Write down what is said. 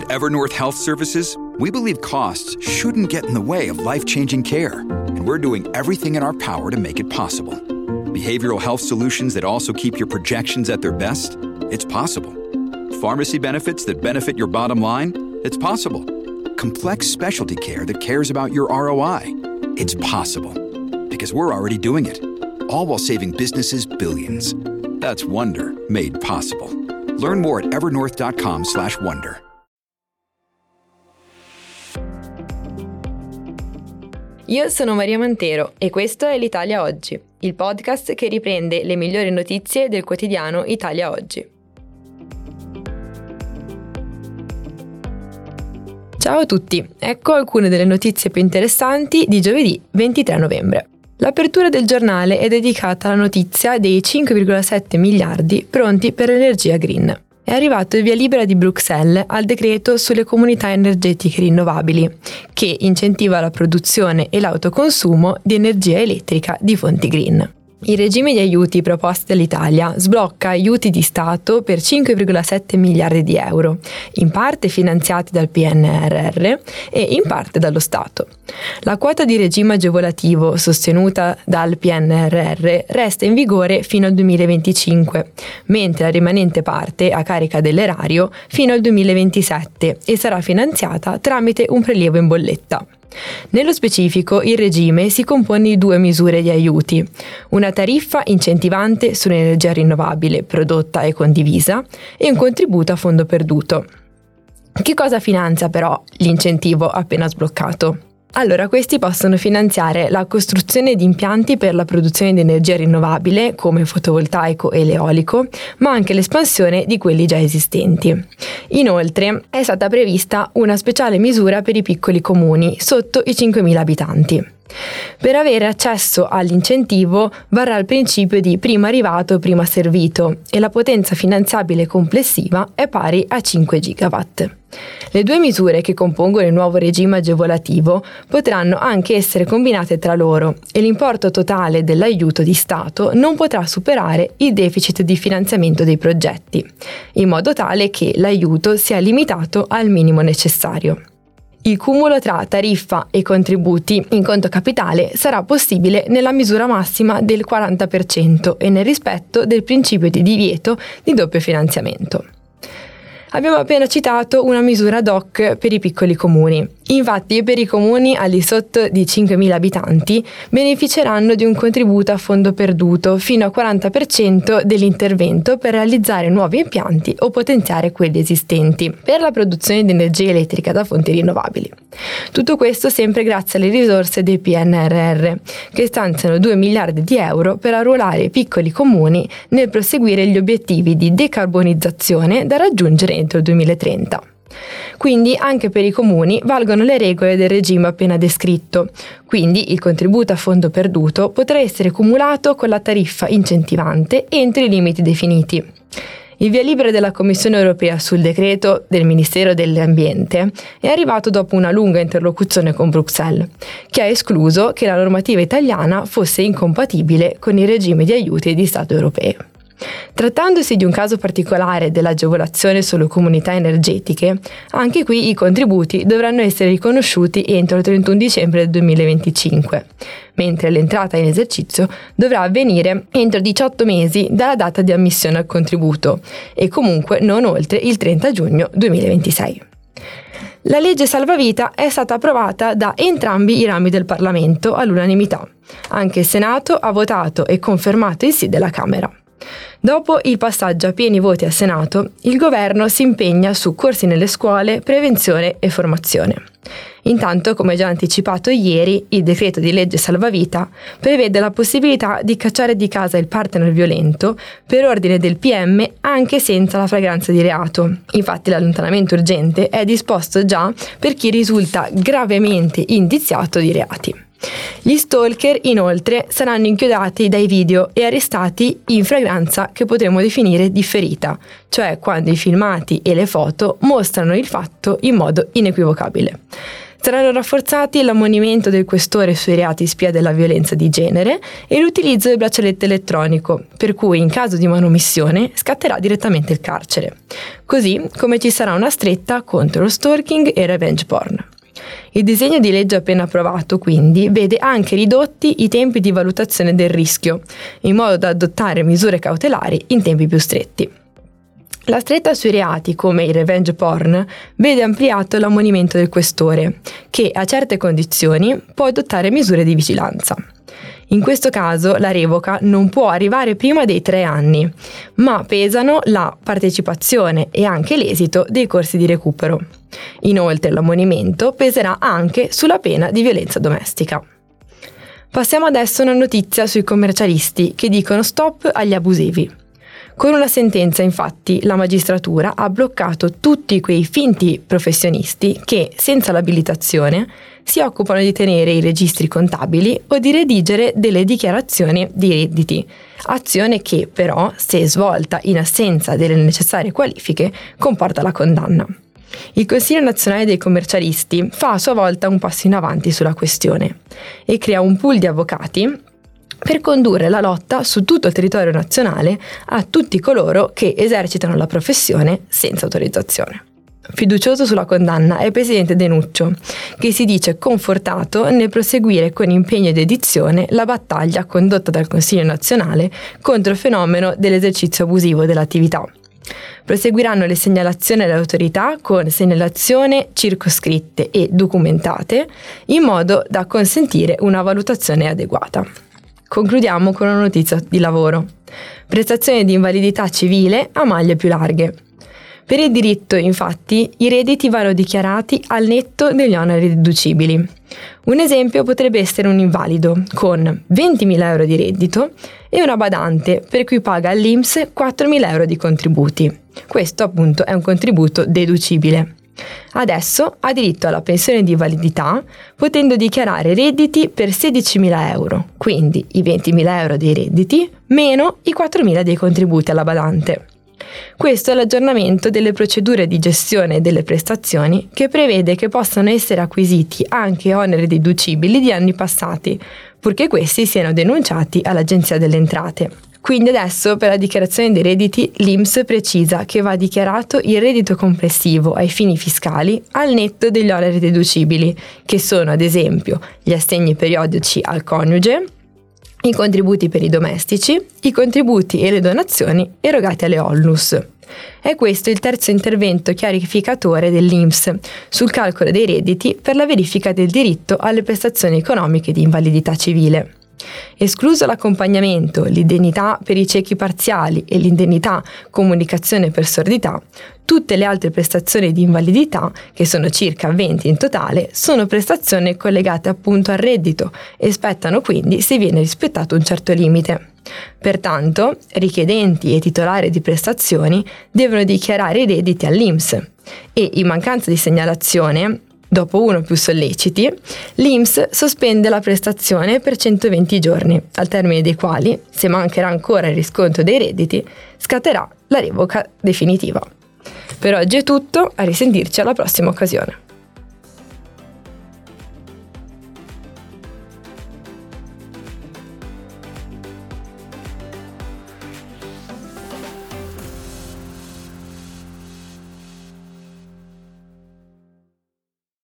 Evernorth Health Services, we believe costs shouldn't get in the way of life-changing care, and we're doing everything in our power to make it possible. Behavioral health solutions that also keep your projections at their best? It's possible. Pharmacy benefits that benefit your bottom line? It's possible. Complex specialty care that cares about your ROI? It's possible. Because we're already doing it. All while saving businesses billions. That's Wonder made possible. Learn more at evernorth.com/wonder. Io sono Maria Mantero e questo è l'Italia Oggi, il podcast che riprende le migliori notizie del quotidiano Italia Oggi. Ciao a tutti, ecco alcune delle notizie più interessanti di giovedì 23 novembre. L'apertura del giornale è dedicata alla notizia dei 5,7 miliardi pronti per l'energia green. È arrivato il via libera di Bruxelles al decreto sulle comunità energetiche rinnovabili, che incentiva la produzione e l'autoconsumo di energia elettrica di fonti green. Il regime di aiuti proposti dall'Italia sblocca aiuti di Stato per 5,7 miliardi di euro, in parte finanziati dal PNRR e in parte dallo Stato. La quota di regime agevolativo sostenuta dal PNRR resta in vigore fino al 2025, mentre la rimanente parte a carica dell'erario fino al 2027 e sarà finanziata tramite un prelievo in bolletta. Nello specifico, il regime si compone di due misure di aiuti: una tariffa incentivante sull'energia rinnovabile prodotta e condivisa e un contributo a fondo perduto. Che cosa finanzia però l'incentivo appena sbloccato? Allora, questi possono finanziare la costruzione di impianti per la produzione di energia rinnovabile, come fotovoltaico e l'eolico, ma anche l'espansione di quelli già esistenti. Inoltre, è stata prevista una speciale misura per i piccoli comuni sotto i 5.000 abitanti. Per avere accesso all'incentivo varrà il principio di prima arrivato, prima servito e la potenza finanziabile complessiva è pari a 5 gigawatt. Le due misure che compongono il nuovo regime agevolativo potranno anche essere combinate tra loro e l'importo totale dell'aiuto di Stato non potrà superare il deficit di finanziamento dei progetti, in modo tale che l'aiuto sia limitato al minimo necessario. Il cumulo tra tariffa e contributi in conto capitale sarà possibile nella misura massima del 40% e nel rispetto del principio di divieto di doppio finanziamento. Abbiamo appena citato una misura ad hoc per i piccoli comuni. Infatti, per i comuni al di sotto di 5.000 abitanti beneficeranno di un contributo a fondo perduto fino al 40% dell'intervento per realizzare nuovi impianti o potenziare quelli esistenti per la produzione di energia elettrica da fonti rinnovabili. Tutto questo sempre grazie alle risorse del PNRR, che stanziano 2 miliardi di euro per arruolare i piccoli comuni nel proseguire gli obiettivi di decarbonizzazione da raggiungere entro il 2030. Quindi anche per i comuni valgono le regole del regime appena descritto, quindi il contributo a fondo perduto potrà essere cumulato con la tariffa incentivante entro i limiti definiti. Il via libera della Commissione europea sul decreto del Ministero dell'Ambiente è arrivato dopo una lunga interlocuzione con Bruxelles, che ha escluso che la normativa italiana fosse incompatibile con il regime di aiuti di Stato europeo. Trattandosi di un caso particolare dell'agevolazione sulle comunità energetiche, anche qui i contributi dovranno essere riconosciuti entro il 31 dicembre del 2025, mentre l'entrata in esercizio dovrà avvenire entro 18 mesi dalla data di ammissione al contributo e comunque non oltre il 30 giugno 2026. La legge salvavita è stata approvata da entrambi i rami del Parlamento all'unanimità. Anche il Senato ha votato e confermato il sì della Camera. Dopo il passaggio a pieni voti al Senato, il governo si impegna su corsi nelle scuole, prevenzione e formazione. Intanto, come già anticipato ieri, il decreto di legge salvavita prevede la possibilità di cacciare di casa il partner violento per ordine del PM anche senza la flagranza di reato. Infatti l'allontanamento urgente è disposto già per chi risulta gravemente indiziato di reati. Gli stalker inoltre saranno inchiodati dai video e arrestati in flagranza che potremmo definire differita, cioè quando i filmati e le foto mostrano il fatto in modo inequivocabile. Saranno rafforzati l'ammonimento del questore sui reati spia della violenza di genere e l'utilizzo del braccialetto elettronico, per cui in caso di manomissione scatterà direttamente il carcere. Così come ci sarà una stretta contro lo stalking e revenge porn. Il disegno di legge appena approvato, quindi, vede anche ridotti i tempi di valutazione del rischio, in modo da adottare misure cautelari in tempi più stretti. La stretta sui reati come il revenge porn vede ampliato l'ammonimento del questore, che a certe condizioni può adottare misure di vigilanza. In questo caso la revoca non può arrivare prima dei 3 anni, ma pesano la partecipazione e anche l'esito dei corsi di recupero. Inoltre l'ammonimento peserà anche sulla pena di violenza domestica. Passiamo adesso a una notizia sui commercialisti che dicono stop agli abusivi. Con una sentenza, infatti, la magistratura ha bloccato tutti quei finti professionisti che, senza l'abilitazione, si occupano di tenere i registri contabili o di redigere delle dichiarazioni di redditi, azione che, però, se svolta in assenza delle necessarie qualifiche, comporta la condanna. Il Consiglio nazionale dei commercialisti fa a sua volta un passo in avanti sulla questione e crea un pool di avvocati per condurre la lotta su tutto il territorio nazionale a tutti coloro che esercitano la professione senza autorizzazione. Fiducioso sulla condanna è il presidente Denuccio, che si dice confortato nel proseguire con impegno ed dedizione la battaglia condotta dal Consiglio nazionale contro il fenomeno dell'esercizio abusivo dell'attività. Proseguiranno le segnalazioni alle autorità con segnalazioni circoscritte e documentate in modo da consentire una valutazione adeguata. Concludiamo con una notizia di lavoro. Prestazioni di invalidità civile a maglie più larghe. Per il diritto, infatti, i redditi vanno dichiarati al netto degli oneri deducibili. Un esempio potrebbe essere un invalido con 20.000 euro di reddito e una badante per cui paga all'INPS 4.000 euro di contributi. Questo appunto è un contributo deducibile. Adesso ha diritto alla pensione di invalidità potendo dichiarare redditi per 16.000 euro, quindi i 20.000 euro dei redditi meno i 4.000 dei contributi alla badante. Questo è l'aggiornamento delle procedure di gestione delle prestazioni che prevede che possano essere acquisiti anche oneri deducibili di anni passati, purché questi siano denunciati all'Agenzia delle Entrate. Quindi adesso per la dichiarazione dei redditi l'INPS precisa che va dichiarato il reddito complessivo ai fini fiscali al netto degli oneri deducibili, che sono ad esempio gli assegni periodici al coniuge, i contributi per i domestici, i contributi e le donazioni erogati alle ONLUS. È questo il terzo intervento chiarificatore dell'INPS sul calcolo dei redditi per la verifica del diritto alle prestazioni economiche di invalidità civile. Escluso l'accompagnamento, l'indennità per i ciechi parziali e l'indennità comunicazione per sordità, tutte le altre prestazioni di invalidità, che sono circa 20 in totale, sono prestazioni collegate appunto al reddito e spettano quindi se viene rispettato un certo limite. Pertanto, richiedenti e titolari di prestazioni devono dichiarare i redditi all'INPS e, in mancanza di segnalazione, dopo uno o più solleciti, l'INPS sospende la prestazione per 120 giorni, al termine dei quali, se mancherà ancora il riscontro dei redditi, scatterà la revoca definitiva. Per oggi è tutto, a risentirci alla prossima occasione.